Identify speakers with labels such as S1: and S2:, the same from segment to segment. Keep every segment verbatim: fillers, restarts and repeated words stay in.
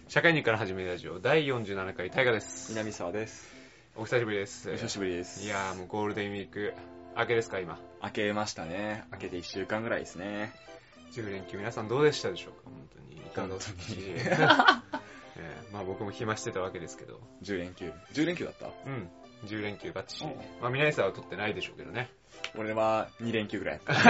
S1: 社会人から始めるラジオだいよんじゅうななかい大河です。
S2: 南沢です。
S1: お久しぶりです。
S2: お久しぶりです。
S1: いやーもうゴールデンウィーク明けですか今。
S2: 明けましたね。明けていっしゅうかんぐらいですね。
S1: じゅう連休皆さんどうでしたでしょうか。本当にいかがですか。えー、まあ僕も暇してたわけですけど。
S2: じゅう連休。じゅう連休だった？
S1: うん。じゅう連休バッチリ。まあ南沢は取ってないでしょうけどね。
S2: 俺はに連休ぐらいやった。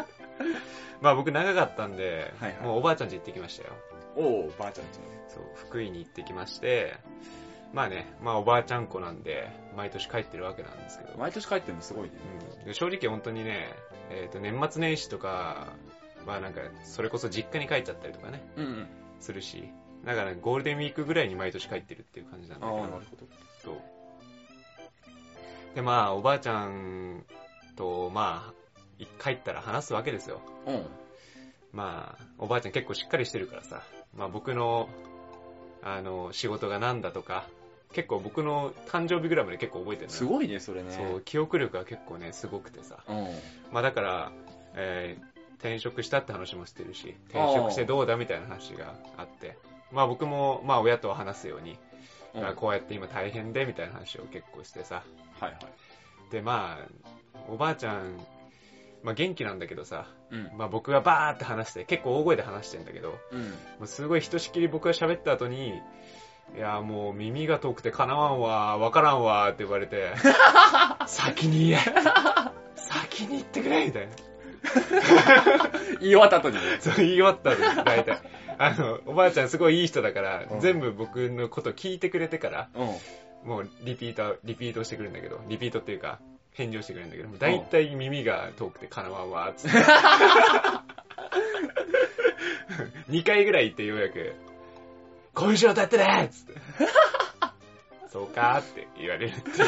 S1: まあ僕長かったんで、
S2: はいはい、
S1: もうおばあちゃん家行ってきましたよ。
S2: おー、ばあちゃん家。
S1: そう、福井に行ってきまして、まあね、まあおばあちゃん子なんで、毎年帰ってるわけなんですけど。
S2: 毎年帰ってるのすごいね。
S1: うん、で正直本当にね、えっと、年末年始とか、まあなんか、それこそ実家に帰っちゃったりとかね、
S2: うんうん、
S1: するし、だから、ね、ゴールデンウィークぐらいに毎年帰ってるっていう感じなんだけど。
S2: ああ、なるほど。
S1: そう。で、まあ、おばあちゃんと、まあ、帰ったら話すわけですよ。
S2: うん。
S1: まあ、おばあちゃん結構しっかりしてるからさ、まあ僕の、あの、仕事がなんだとか、結構僕の誕生日ぐらいまで結構覚えてるのよ。
S2: すごいね、それね。
S1: そう、記憶力が結構ね、すごくてさ。
S2: うん。
S1: まあだから、えー、転職したって話もしてるし、転職してどうだみたいな話があって、まあ僕も、まあ親と話すように、うん、こうやって今大変でみたいな話を結構してさ。
S2: はいはい。
S1: で、まあ、おばあちゃん、まあ元気なんだけどさ、
S2: うん、
S1: まあ僕がバーって話して、結構大声で話してんだけど、
S2: うん、も
S1: うすごいひとしきり僕が喋った後に、いやもう耳が遠くてかなわんわ、わからんわって言われて、先に言え先に言ってくれみたいな。
S2: 言い終わった後にね。
S1: そう、言い終わった後に、大体。あの、おばあちゃんすごいいい人だから、うん、全部僕のこと聞いてくれてから、うん、もうリピート、リピートしてくれるんだけど、リピートっていうか、返事をしてくれるんだけど、大体耳が遠くてかなわんわ、つって。にかいぐらい言ってようやく、こういう仕事やってねつって。そうかーって言われるっていう。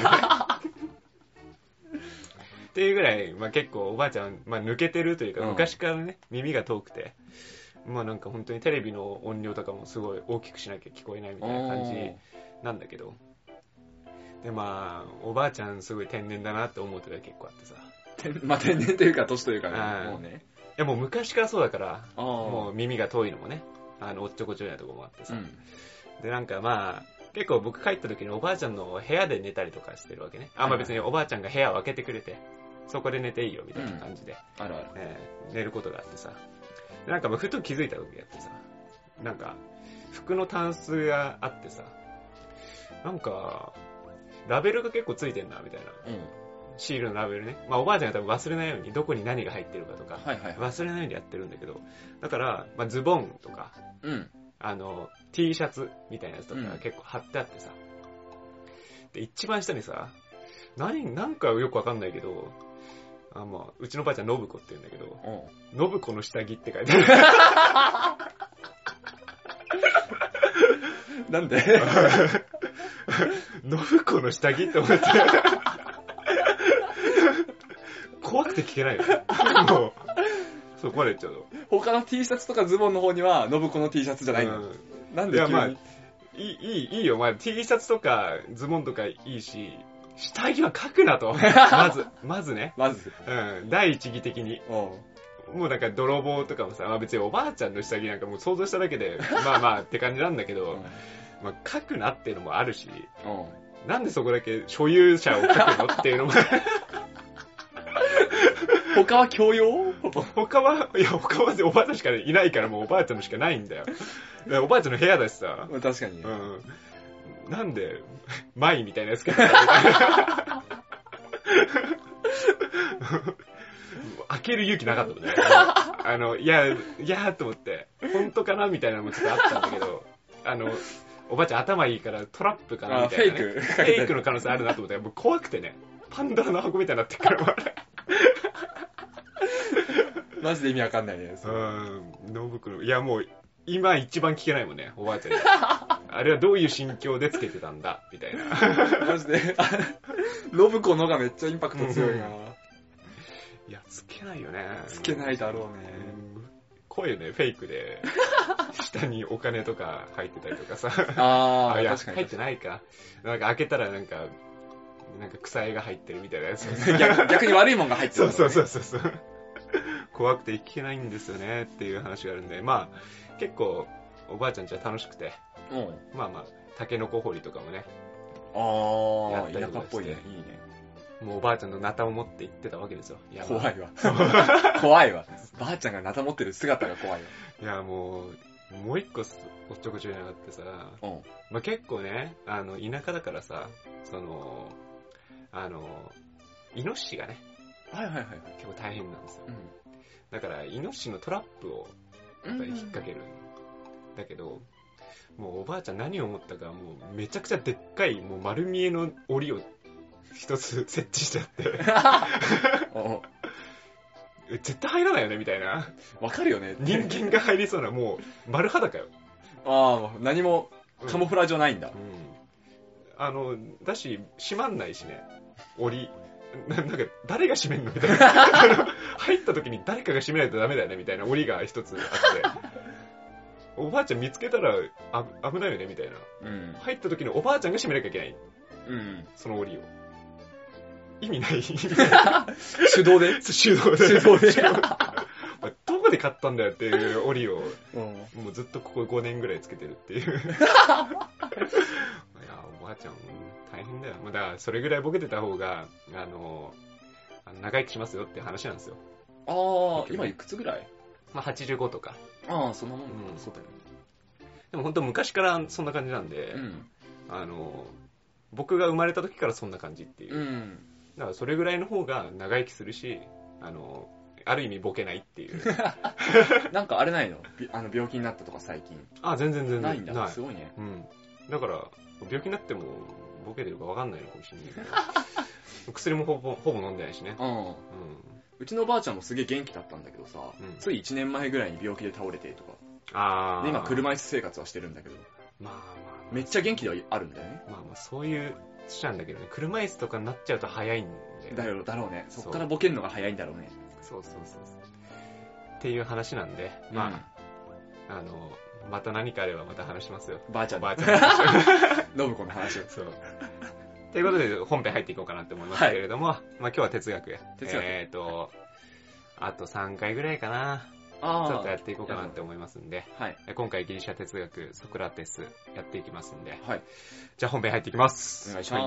S1: っていうぐらい、まあ結構おばあちゃん、まあ抜けてるというか、うん、昔からね、耳が遠くて、まあなんか本当にテレビの音量とかもすごい大きくしなきゃ聞こえないみたいな感じなんだけど、でまあ、おばあちゃんすごい天然だなって思うときは結構あってさ。
S2: まあ天然というか年というかね、もうね。
S1: いやもう昔からそうだから、もう耳が遠いのもね、あの、おっちょこちょいなとこもあってさ。うん、でなんかまあ、結構僕帰った時におばあちゃんの部屋で寝たりとかしてるわけね。あ、まあ別におばあちゃんが部屋を開けてくれて、そこで寝ていいよみたいな感じで、うん、あるある、えー、寝ることがあってさ。でなんかふと気づいた時があってさ、なんか服のタンスがあってさ、なんかラベルが結構ついてんなみたいな、うん、シールのラベルね。まあおばあちゃんが多分忘れないようにどこに何が入ってるかとか、はいはいはい、忘れないようにやってるんだけど、だからまあズボンとか、うん、あの T シャツみたいなやつとか結構貼ってあってさ、うん、で一番下にさ、何なんかよくわかんないけど。あまあ、うちのばあちゃん、信子って言うんだけど、信子の下着って書いてある。
S2: なんで
S1: 信子の下着って思って。怖くて聞けないよ。もう、そこまで言っちゃうと。
S2: 他の T シャツとかズボンの方には、信子の T シャツじゃないの、うん、なんで急に。いやまあ、い
S1: い、いい、いいよ。まあ、T シャツとかズボンとかいいし、下着は書くなと。まず、まずね。
S2: まず。
S1: うん。第一義的に。もうなんか泥棒とかもさ、まあ別におばあちゃんの下着なんかもう想像しただけで、まあまあって感じなんだけど、まあ書くなっていうのもあるし、なんでそこだけ所有者を書くのっていうのも。
S2: 他は共用？
S1: 他は、いや他はおばあちゃんしかいないからもうおばあちゃんのしかないんだよ。おばあちゃんの部屋だしさ。
S2: 確かに。
S1: うん。なんで、舞みたいなやつかな。開ける勇気なかったもんね。あの、いや、いやーと思って、本当かなみたいなのもちょっとあったんだけど、あの、おばあちゃん頭いいからトラップかなみたいな、ね。
S2: フェイク
S1: フェイクの可能性あるなと思って、もう怖くてね、パンドラの箱みたいになってるから、
S2: マジで意味わかんないね。
S1: うん、信袋。いやもう、今一番聞けないもんね、おばあちゃんに。あれはどういう心境でつけてたんだみたいな。
S2: マジで。信子のがめっちゃインパクト強いな。
S1: いや、つけないよね。
S2: つけないだろうね。
S1: 怖いよね、フェイクで。下にお金とか入ってたりとかさ。
S2: ああ、
S1: いや、
S2: 確かに
S1: 入ってないか。なんか開けたらなんか、なんか草絵が入ってるみたいなやつ。
S2: 逆, 逆に悪いもんが入ってる、
S1: ね。そうそうそうそう。怖くて聞けないんですよねっていう話があるんで、まあ、結構おばあちゃんちは楽しくて、
S2: うん。
S1: まあまあ、タケノコ掘りとかもね。
S2: ああ、田舎っぽいね。いいね。
S1: もうおばあちゃんのナタを持って行ってたわけですよ。
S2: いや怖いわ。怖いわ。ばあちゃんがナタ持ってる姿が怖いわ。
S1: いや、もう、もう一個おっちょこちょいなかってさ、
S2: うん。
S1: まあ、結構ね、あの、田舎だからさ、その、あの、イノシシがね、
S2: はいはいはい。
S1: 結構大変なんですよ。
S2: うん、
S1: だから、イノシシのトラップを、やっぱり引っ掛ける。うん、だけど、もうおばあちゃん何を思ったか、もうめちゃくちゃでっかい、もう丸見えの檻を一つ設置しちゃって。絶対入らないよね、みたいな。
S2: わかるよね。
S1: 人間が入りそうな、もう、丸裸よ。
S2: ああ、何もカモフラージュないんだ。
S1: うん。うん、あの、だし、閉まんないしね、檻。な, なんか、誰が閉めんのみたいな。入った時に誰かが閉めないとダメだよね、みたいな檻が一つあって。おばあちゃん見つけたらあ危ないよね、みたいな。うん、入った時におばあちゃんが閉めなきゃいけない。うん。その檻を。意味ない。
S2: 手動で
S1: 手動で。
S2: 手動で。
S1: どこで買ったんだよっていう檻を、うん、もうずっとここごねんぐらいつけてるっていう。いや、おばあちゃん大変だよ。だからそれぐらいボケてた方が、あの、長生きしますよって話なんですよ。
S2: ああ、今いくつぐらい？
S1: まあはちじゅうごとか。
S2: ああ、そんなもんだ、
S1: うん、
S2: そうだよね。
S1: でも本当昔からそんな感じなんで、うん、あの、僕が生まれた時からそんな感じっていう。うん、だからそれぐらいの方が長生きするし、あの、ある意味ボケないっていう。
S2: なんかあれないの？あの病気になったとか最近。
S1: あ、全然全然。
S2: ないんだ。ない。すごいね。
S1: うん。だから、病気になってもボケてるか分かんないのかもしれないけど。薬もほぼ、ほぼ飲んでないしね。うん。うん、
S2: うちのばあちゃんもすげえ元気だったんだけどさ、うん、ついいちねんまえぐらいに病気で倒れてとか。あで、今車椅子生活はしてるんだけど。まあまあ、まあ。めっちゃ元気ではあるんだよね。
S1: まあまあ、そういう、しなんだけどね。車椅子とかになっちゃうと早いんだよ。
S2: だよ、だろうね。そっからボケるのが早いんだろうね。
S1: そうそうそうそう。っていう話なんで、まあ、うん、あの、また何かあればまた話しますよ。
S2: ばあちゃん
S1: ばあちゃんの話。
S2: 信子の話を。
S1: そう。ということで、本編入っていこうかなって思いますけれども、はい、まあ今日は哲学や。哲学。えっ、ー、と、あとさんかいぐらいかな。ちょっとやっていこうかなって思いますんで、はい、今回ギリシャ哲学、ソクラテスやっていきますんで、はい、じゃあ本編入っていきます。
S2: お願いします。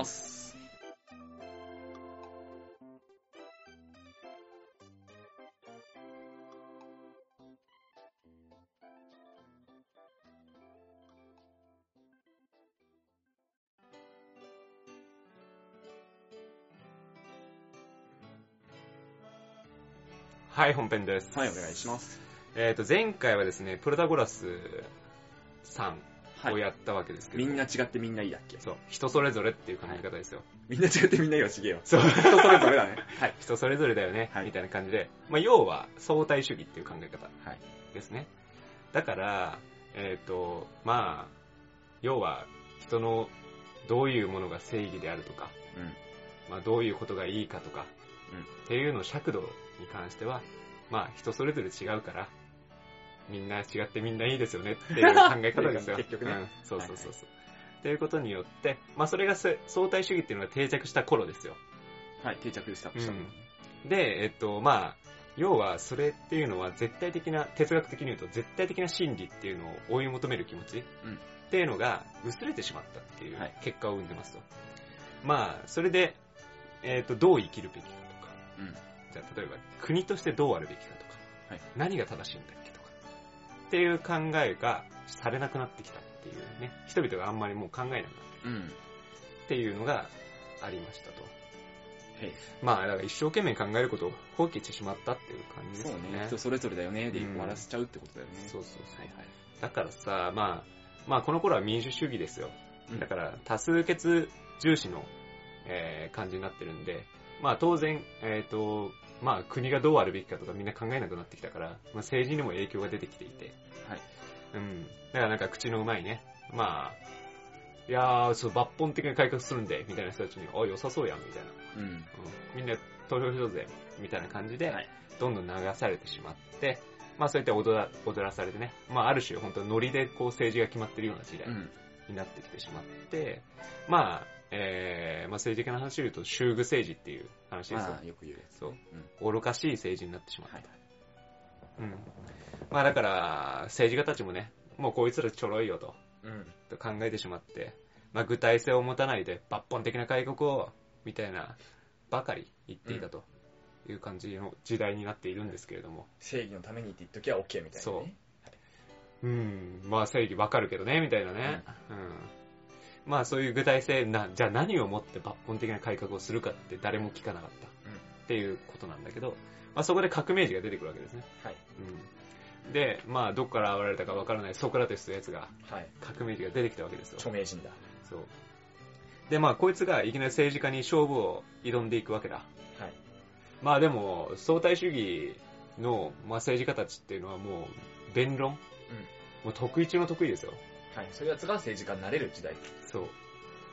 S1: はい、本編です。
S2: はい、お願いします。
S1: えっと、前回はですね、プロタゴラスさんをやったわけですけど、
S2: はい、みんな違ってみんないいだっけ？
S1: そう、人それぞれっていう考え方ですよ。はい、
S2: みんな違ってみんないいはちげえよ。そう、人それぞれだね。
S1: はい。人それぞれだよね、はい、みたいな感じで、まあ、要は相対主義っていう考え方ですね。はい、だから、えっと、まあ、要は人のどういうものが正義であるとか、うん、まあ、どういうことがいいかとか、うん、っていうの尺度に関しては、まあ人それぞれ違うから、みんな違ってみんないいですよねっていう考え方ですよ。
S2: 結局ね、うん。
S1: そうそうそうそう。っていうことによって、まあそれが相対主義っていうのが定着した頃ですよ。
S2: はい、定着した。うん、
S1: で、えっと、まあ、要はそれっていうのは絶対的な、哲学的に言うと絶対的な真理っていうのを追い求める気持ち、うん、っていうのが薄れてしまったっていう結果を生んでますと。はい、まあ、それで、えっと、どう生きるべきかとか、うん、じゃあ例えば国としてどうあるべきかとか、はい、何が正しいんだっけとかっていう考えがされなくなってきたっていうね、人々があんまりもう考えなくなって、うん、っていうのがありましたと。はい、まあだから一生懸命考えることを放棄してしまったっていう感じですよね。
S2: そうね、人それぞれだよねで終わらせちゃうってことだよね。
S1: うん、そうそうそう、はいはい。だからさ、まあまあこの頃は民主主義ですよ。だから多数決重視の、えー、感じになってるんで。まあ当然、えっと、まあ国がどうあるべきかとかみんな考えなくなってきたから、まあ、政治にも影響が出てきていて。はい。うん。だからなんか口のうまいね。まあ、いやー、そう、抜本的に改革するんで、みたいな人たちに、あ、良さそうやん、みたいな。うん。うん、みんな投票しようぜ、みたいな感じで、はい、どんどん流されてしまって、まあそうやって踊ら、踊らされてね、まあある種本当ノリでこう政治が決まってるような時代になってきてしまって、うん、まあ、えー、まあ政治的な話で言うと、修具政治っていう話ですよ。
S2: ああ、よく言う。
S1: そう。うん、愚かしい政治になってしまった。はい、うん。まあだから、政治家たちもね、もうこいつらちょろいよと。うん。 考えてしまって、まあ、具体性を持たないで抜本的な改革をみたいなばかり言っていたという感じの時代になっているんですけれども、
S2: 正義のためにって言っときゃ OK みたいな、ね、
S1: そう、はい、うんまあ正義わかるけどねみたいなね、うん、うん、まあそういう具体性な、じゃあ何をもって抜本的な改革をするかって誰も聞かなかったっていうことなんだけど、まあ、そこで革命児が出てくるわけですね、はい、うん、でまあどこから現れたかわからないソクラテスというやつが、はい、革命児が出てきたわけですよ。
S2: 著名人だ。
S1: そうでまあこいつがいきなり政治家に勝負を挑んでいくわけだ。はい。まあでも相対主義の、まあ、政治家たちっていうのはもう弁論、うん、もう得意中の得意ですよ。
S2: はい。そういうやつが政治家になれる時代。
S1: そう。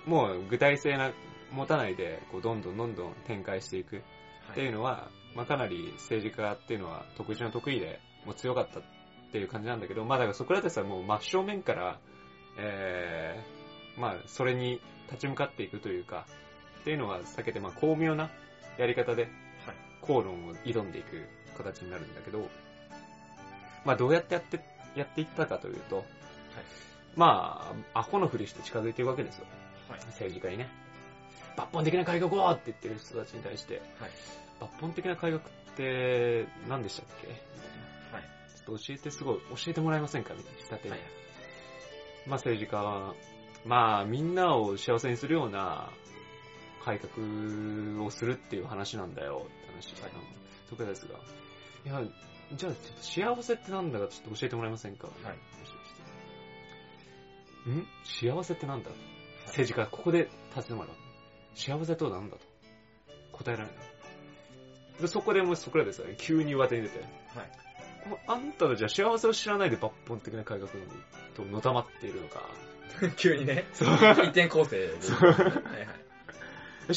S1: もう具体性な持たないでこうどんどんどんどん展開していくっていうのは、はい、まあかなり政治家っていうのは得意中の得意でもう強かったっていう感じなんだけど、まあだからソクラテスはもう真正面から、えー、まあそれに立ち向かっていくというかっていうのは避けて、まあ巧妙なやり方で口論を挑んでいく形になるんだけど、まあどうやってやってやっていったかというと、はい、まあアホのふりして近づいていくわけですよ、はい、政治家にね。抜本的な改革をって言ってる人たちに対して、はい、抜本的な改革って何でしたっけみたいな、はい、ちょっと教えてすごい教えてもらえませんかみたいな仕立てに、はい、まあ政治家はまあみんなを幸せにするような改革をするっていう話なんだよって話したの、はい、ソクラテスが、いやじゃあちょっと幸せってなんだかちょっと教えてもらえませんか、はい、ん幸せってなんだ、はい、政治家ここで立ち止まる。幸せとは何だと答えられない。でそこでもうソクラテスが急に上手に出て、はい、あんたはじゃあ幸せを知らないで抜本的な改革とのたまっているのか
S2: 急にね、一点構成ではい、はい、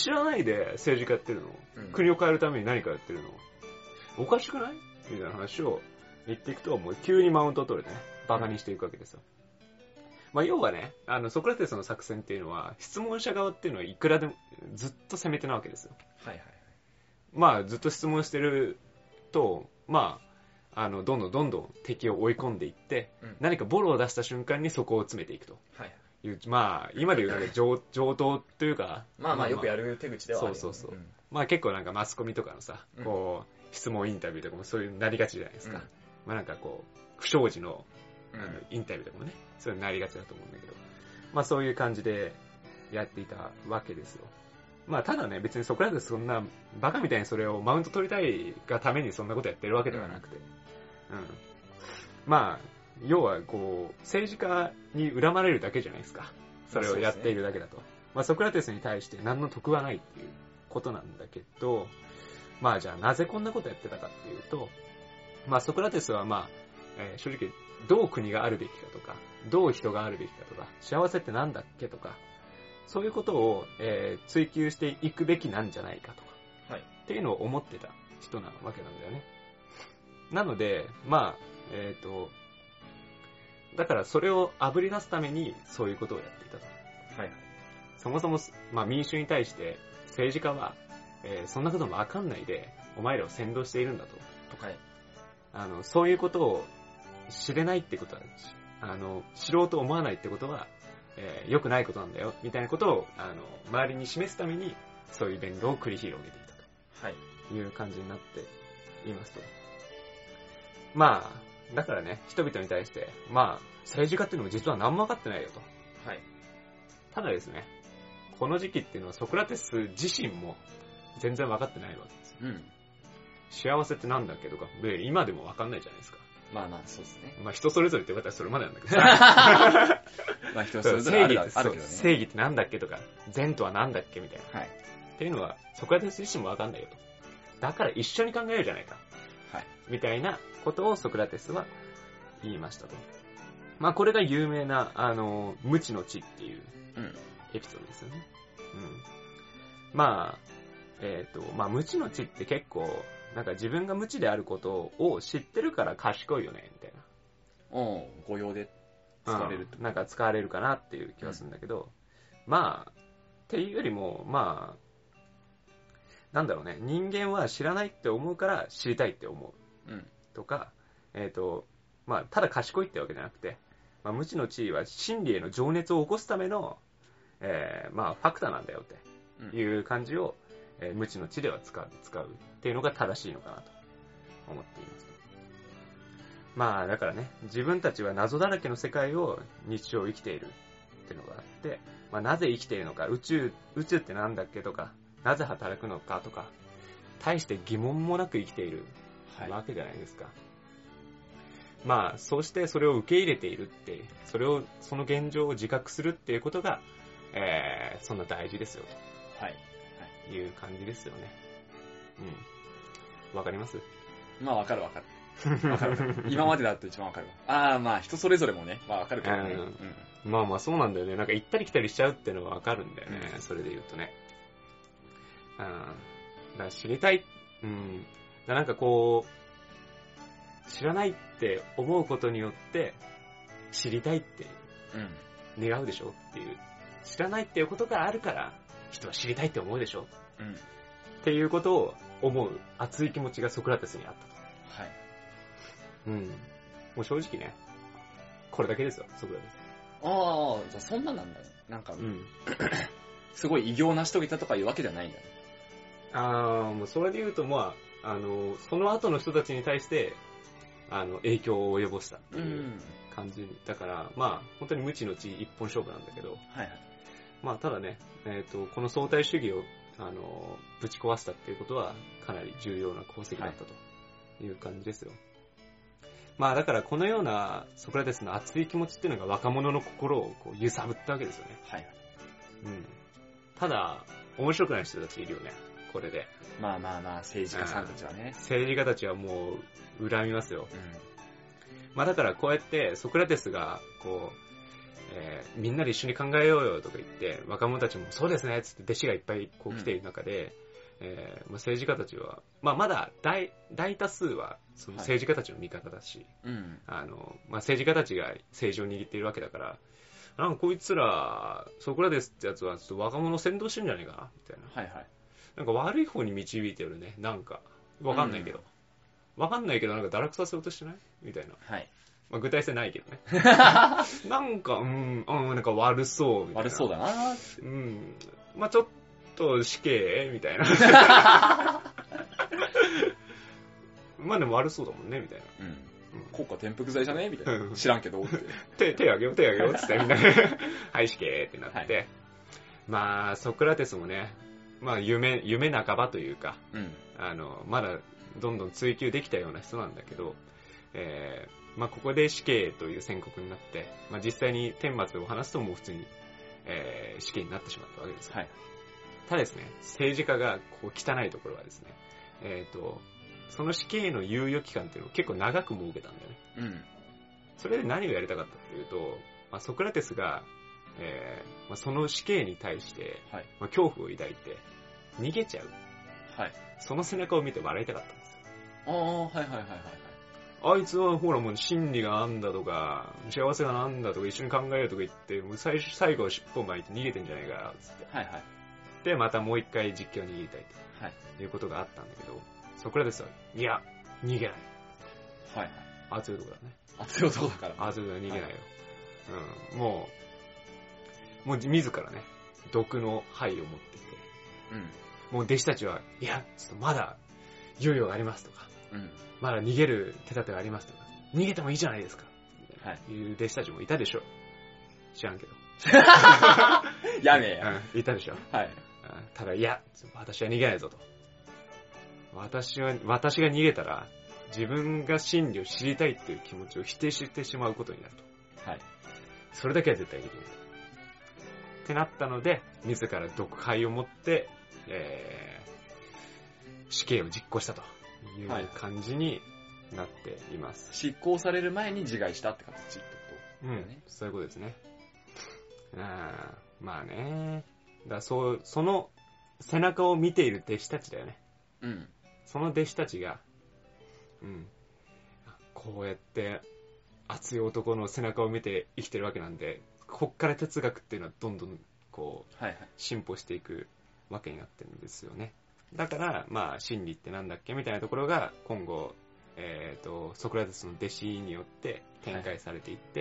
S1: 知らないで政治家やってるの、うん、国を変えるために何かやってるのおかしくないみたいな話を言っていくと、もう急にマウントを取れてね、バカにしていくわけですよ、うん、まあ要はね、あのソクラテスの作戦っていうのは質問者側っていうのはいくらでもずっと攻め手なわけですよ。はいはいはい。まあずっと質問してると、まああのどんどんどんどん敵を追い込んでいって、うん、何かボロを出した瞬間にそこを詰めていくと。はいいう、まあ今で言うなんか上上等というか、
S2: まあまあよくやる手口ではある、
S1: ね、そうそうそう、うん、まあ結構なんかマスコミとかのさ、こう質問インタビューとかもそういうなりがちじゃないですか。うん、まあなんかこう不祥事の、あのインタビューとかもね、そういうのなりがちだと思うんだけど、まあそういう感じでやっていたわけですよ。まあただね、別にソクラテスそんなバカみたいにそれをマウント取りたいがためにそんなことやってるわけではなくて、うん、うん、まあ要はこう政治家に恨まれるだけじゃないですか。それをやっているだけだと、まあね、まあソクラテスに対して何の得はないっていうことなんだけど、まあじゃあなぜこんなことやってたかっていうと、まあソクラテスはまあ、えー、正直どう国があるべきかとか、どう人があるべきかとか、幸せってなんだっけとか、そういうことを、えー、追求していくべきなんじゃないかとか、はい、っていうのを思ってた人なわけなんだよね。なので、まあ、えっと、だからそれを炙り出すためにそういうことをやっていたと。はい。そもそも、まあ民衆に対して政治家は、えー、そんなこともわかんないで、お前らを扇動しているんだと。はい。あの、そういうことを知れないってことは、あの、知ろうと思わないってことは、えー、良くないことなんだよ、みたいなことを、あの、周りに示すために、そういう弁論を繰り広げていたと。はい。いう感じになっていますと。まあ、だからね、人々に対して、まあ、政治家っていうのも実は何も分かってないよと。はい。ただですね、この時期っていうのはソクラテス自身も全然分かってないわけです。うん。幸せってなんだっけとか、今でも分かんないじゃないですか。
S2: まあまあ、そうですね。
S1: まあ人それぞれって言われたらそれまでなんだけど
S2: まあ人それぞれある、
S1: あるけどね。正義ってなんだっけとか、善とはなんだっけみたいな。はい。っていうのは、ソクラテス自身も分かんないよと。だから一緒に考えるじゃないか。はい。みたいなことをソクラテスは言いましたと。まあこれが有名な、あの、無知の知っていうエピソードですよね。うん。まあ、えっと、まあ無知の知って結構、なんか自分が無知であることを知ってるから賢いよね、みたいな。
S2: うん、誤用で使われる、
S1: うん、なんか使われるかなっていう気がするんだけど、うん、まあ、っていうよりも、まあ、なんだろうね、人間は知らないって思うから知りたいって思う。うん、とか、えっと、まあ、ただ賢いってわけじゃなくて、 まあ、無知の知は真理への情熱を起こすための、えー、まあファクターなんだよっていう感じを、うんえー、無知の知では使う、使うっていうのが正しいのかなと思っています。まあだからね、自分たちは謎だらけの世界を日常生きているっていうのがあって、まあ、なぜ生きているのか、宇宙、宇宙ってなんだっけとか、なぜ働くのかとか、大して疑問もなく生きているわけじゃないですか。はい、まあ、そうしてそれを受け入れているって、それを、その現状を自覚するっていうことが、えー、そんな大事ですよと。はい。はい。いう感じですよね。うん。わかります？
S2: まあわかるわかる。わかるわかる。今までだと一番わかるわ。ああ、まあ人それぞれもね、まあわかるけどね、うん
S1: うん。まあまあそうなんだよね。なんか行ったり来たりしちゃうっていうのはわかるんだよね。うん、それで言うとね。うん。だから知りたい。うん。だなんかこう、知らないって思うことによって、知りたいって願うでしょっていう。知らないっていうことがあるから、人は知りたいって思うでしょ、うん、っていうことを思う熱い気持ちがソクラテスにあったと。はい。うん。もう正直ね、これだけですよ、ソクラテス。
S2: ああ、じゃあそんななんだね。なんか、うん、すごい偉業を成し遂げたとかいうわけじゃないんだね。
S1: ああ、もうそれで言うと、まあ、あの、その後の人たちに対して、あの、影響を及ぼしたっていう感じ。うん、だから、まあ、本当に無知の知一本勝負なんだけど、はいはい。まあ、ただね、えっと、この相対主義を、あの、ぶち壊したっていうことは、かなり重要な功績だったという感じですよ。はい、まあ、だからこのようなソクラテスの熱い気持ちっていうのが若者の心をこう揺さぶったわけですよね。はい。うん。ただ、面白くない人たちいるよね、これで。
S2: まあまあまあ、政治家さんたちはね。
S1: 政治家たちはもう、恨みますよ。うん。まあだからこうやってソクラテスが、こう、えー、みんなで一緒に考えようよとか言って、若者たちもそうですねっつって弟子がいっぱいこう来ている中で、うんえーまあ、政治家たちは、まあまだ 大, 大多数はその政治家たちの味方だし、はいうんあのまあ、政治家たちが政治を握っているわけだから、なんかこいつら、ソクラテスってやつはちょっと若者を先導してるんじゃないかなみたいな。はいはい。なんか悪い方に導いてるね、なんか。わかんないけど。わ、うん、かんないけどなんか堕落させようとしてないみたいな。はい。まあ、具体性ないけどね。なんか、うん、うん、なんか悪そうみたいな。
S2: 悪そうだな
S1: うん。まあちょっと死刑みたいな。まあでも悪そうだもんね、みたいな。うん。
S2: 国家転覆罪じゃねみたいな。知らんけどって。
S1: 手、手あげよう、手あげようってみんなはい、死刑ってなって。はい、まあ、ソクラテスもね、まあ夢、夢半ばというか、うん、あの、まだどんどん追求できたような人なんだけど、えー、まあここで死刑という宣告になって、まあ実際に顛末を話すともう普通に、えー、死刑になってしまったわけです。はい。ただですね、政治家がこう汚いところはですね、えっと、その死刑の猶予期間っていうのを結構長く設けたんだよね。うん。それで何をやりたかったっていうと、まあ、ソクラテスが、えーまあ、その死刑に対して、はいまあ、恐怖を抱いて逃げちゃう。はい。その背中を見て笑いたかったんですよ。
S2: ああ、はいはいはいはい。
S1: あいつはほらもう真理があんだとか、幸せがなんだとか一緒に考えるとか言って、もう最初最後は尻尾を巻いて逃げてんじゃないかな、つって。はいはい。で、またもう一回実況を握りたいと、はい、いうことがあったんだけど、ソクラテスは、いや、逃げない。はいはい。熱い男だね。
S2: 熱い男だから。
S1: 熱い男だ、逃げないよ。はい、うん。もう、もう自らね、毒の灰を持ってきて、うん。もう弟子たちは、いや、ちょっとまだ、猶予がありますとか、うん。まだ逃げる手立てがありますとか、逃げてもいいじゃないですか。はい。いう弟子たちもいたでしょう。知らんけど。
S2: やめや。
S1: うん、いたでしょ。はい。ただ、いや、私は逃げないぞと。私は、私が逃げたら、自分が真理を知りたいっていう気持ちを否定してしまうことになると。はい。それだけは絶対できない。ってなったので、自ら毒灰を持って、えー、死刑を実行したという感じになっています。
S2: はい、執行される前に自害したって形ってこと、
S1: ね、うん、そういうことですね。あまあね。だからそう、その背中を見ている弟子たちだよね。うん。その弟子たちが、うん。こうやって熱い男の背中を見て生きてるわけなんで、こっから哲学っていうのはどんどんこう、はいはい、進歩していくわけになってるんですよね。だから、まあ、真理ってなんだっけみたいなところが今後、えっと、ソクラテスの弟子によって展開されていって、はい、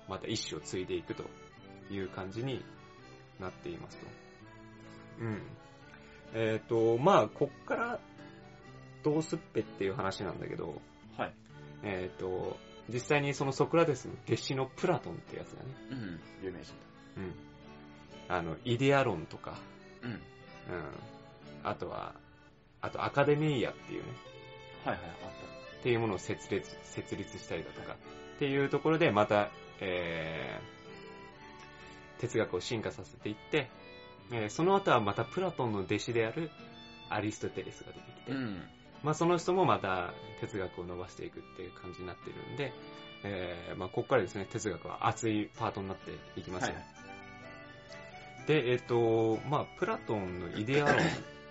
S1: また意志を継いでいくという感じになっていますと。うん。えっと、まあ、こっからどうすっぺっていう話なんだけど、
S2: はい。
S1: えっと、実際にそのソクラテスの弟子のプラトンってやつがね、
S2: うん、有名人
S1: だ。うん。あの、イデア論とか、
S2: うん。うん。
S1: あとは、あとアカデミーアっていうね、
S2: はいはい、あった。
S1: っていうものを設立、設立したりだとか、っていうところでまた、えー、哲学を進化させていって、えー、その後はまたプラトンの弟子であるアリストテレスが出てきて、
S2: うん、
S1: まあその人もまた哲学を伸ばしていくっていう感じになっているんで、えー、まあここからですね、哲学は熱いパートになっていきますよ。はい、で、えっ、ー、と、まあプラトンのイデア論、うん、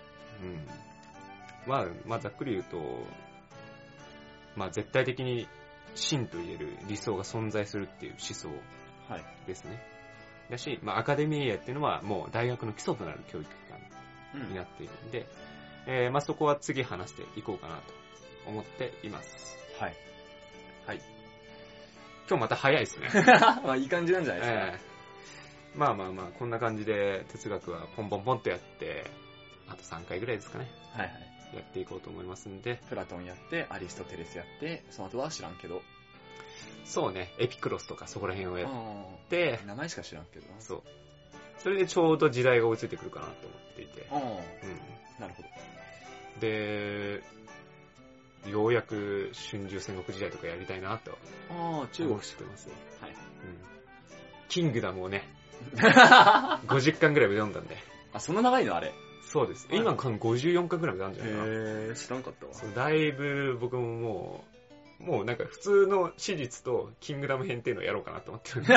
S1: まあ、まあざっくり言うと、まあ絶対的に真と言える理想が存在するっていう思想ですね。はい、だし、まあアカデミーアっていうのはもう大学の基礎となる教育機関になっているんで、うん、えー、まあそこは次話していこうかなと思っています。
S2: はい。
S1: はい。今日また早いですね。
S2: まあいい感じなんじゃないですか。え
S1: ー、まあまあまあ、こんな感じで哲学はポンポンポンとやって、あとさんかいぐらいですかね。
S2: はいはい。
S1: やっていこうと思いますんで。
S2: プラトンやって、アリストテレスやって、その後は知らんけど。
S1: そうね、エピクロスとかそこら辺をやって、
S2: 名前しか知らんけどな。
S1: そう。それでちょうど時代が追いついてくるかなと思っていて。
S2: うん。なるほど。
S1: で、ようやく春秋戦国時代とかやりたいなと。
S2: ああ、中国
S1: 知ってます。
S2: はい。うん。
S1: キングダムをね、ごじゅっかんぐらい読んだんで。
S2: あ、そんな長いのあれ。
S1: そうです。今ごじゅうよんかんぐらいまであるんじゃないかな。
S2: へー、知らんかったわ。
S1: そう、だいぶ僕ももう、もうなんか普通の史実とキングダム編っていうのをやろうかなと思ってるんで。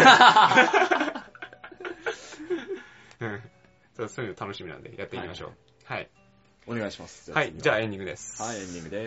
S1: うん、そう、そういうの楽しみなんでやっていきましょう。はい。はい、
S2: お願いします。
S1: はい、じゃあエンディングです。
S2: はい、エンディングです。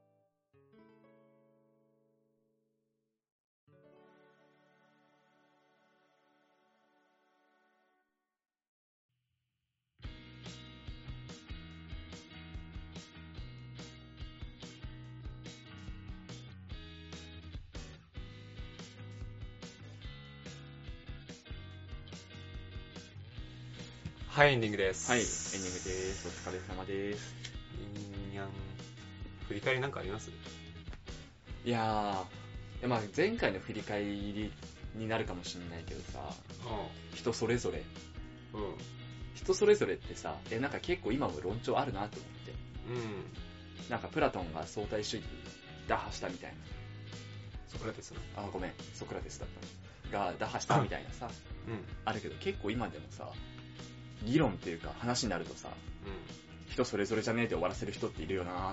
S1: はい、エンディングです。
S2: はい、エンディングです。お疲れ様です。
S1: いにゃん。振り返りなんかあります？
S2: いやー、いやまあ前回の振り返りになるかもしれないけどさ、うん、人それぞれ、うん、人それぞれってさ、えなんか結構今も論調あるなと思って、うん、なんかプラトンが相対主義打破したみたいな。
S1: ソクラテスの
S2: あ、ごめん、ソクラテスだったが打破したみたいなさ、うん、あるけど結構今でもさ、議論っていうか話になるとさ、うん、人それぞれじゃねえで終わらせる人っているよなーって。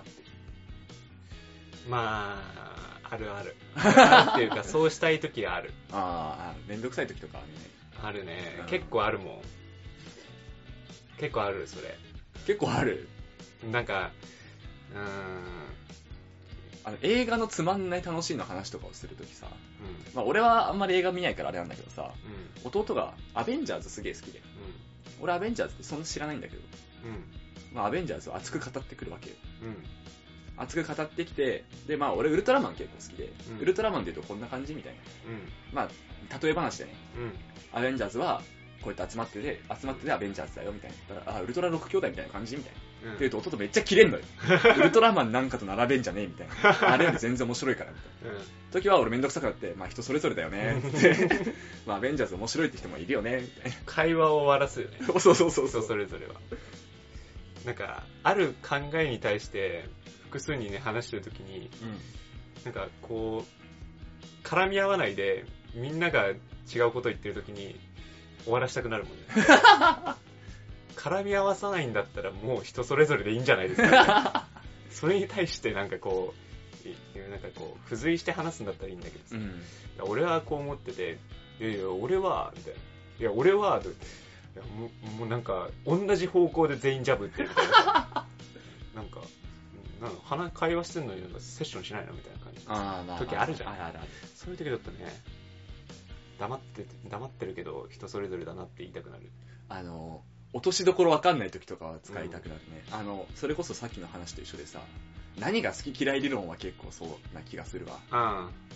S1: まあ、あるある。あるっていうか、そうしたい時はある。
S2: ああ、めんどくさい時とかはね。
S1: あるね、うん。結構あるもん。結構ある、それ。
S2: 結構ある。
S1: なんか、うーん。
S2: あの、映画のつまんない楽しいの話とかをするときさ、うん、まあ俺はあんまり映画見ないからあれなんだけどさ、うん、弟がアベンジャーズすげえ好きで、うん、俺アベンジャーズってそんな知らないんだけど、うん、まあアベンジャーズを熱く語ってくるわけよ。うん熱く語ってきて、で、まあ俺ウルトラマン結構好きで、うん、ウルトラマンで言うとこんな感じみたいな。うん、まあ、例え話でね、うん、アベンジャーズはこうやって集まってて、集まっててアベンジャーズだよみたいな。だから、あ、ウルトラろく兄弟みたいな感じみたいな。うん、って言うと弟めっちゃキレんのよ。ウルトラマンなんかと並べんじゃねえみたいな。あれより全然面白いからみたいな。うん、時は俺めんどくさくなって、まあ人それぞれだよねって。まあアベンジャーズ面白いって人もいるよねみたいな。
S1: 会話を終わらすよね。
S2: そうそうそうそう。
S1: 人それぞれは。なんか、ある考えに対して、複数にね、話してるときに、うん、なんかこう、絡み合わないで、みんなが違うこと言ってるときに、終わらしたくなるもんね。絡み合わさないんだったらもう人それぞれでいいんじゃないですか、ね。それに対してなんかこう、なんかこう、付随して話すんだったらいいんだけどさ、うん、俺はこう思ってて、いやいや、俺は、みたいな。いや、俺は、いやもう、もうなんか、同じ方向で全員ジャブってるみたいな。なんか、なんか話会話してんのになんかセッションしないのみたいな感じあ、まあ、時あるじゃん。あるあるある。そういう時だったらね、黙って黙ってるけど人それぞれだなって言いたくなる。
S2: あの落としどころわかんない時とかは使いたくなるね、うん、あのそれこそさっきの話と一緒でさ、何が好き嫌い理論は結構そうな気がするわ。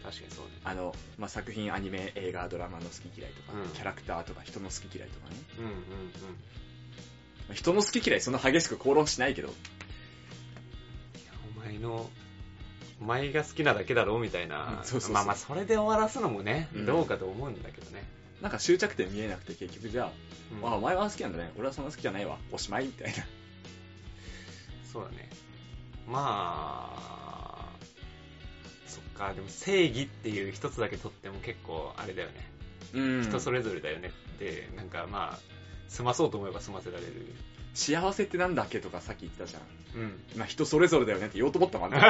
S1: 確かにそうね。
S2: あの、まあ、作品、アニメ、映画、ドラマの好き嫌いとか、うん、キャラクターとか人の好き嫌いとかね。
S1: うんうんうん。
S2: 人の好き嫌いそんな激しく口論しないけど。いや、
S1: お前の、お前が好きなだけだろみたいな。
S2: うん、そうそうそう。
S1: まあまあ、それで終わらすのもね、うん、どうかと思うんだけどね。
S2: なんか終着点見えなくて結局じゃあ、うん、あ、お前は好きなんだね。俺はそんな好きじゃないわ。おしまいみたいな。
S1: そうだね。まあ、そっか、でも正義っていう一つだけとっても結構あれだよね。うん。人それぞれだよねって、なんかまあ、済まそうと思えば済ませられる。
S2: 幸せってなんだっけとかさっき言ってたじゃん。
S1: うん。
S2: まあ人それぞれだよねって言おうと思ったもんね。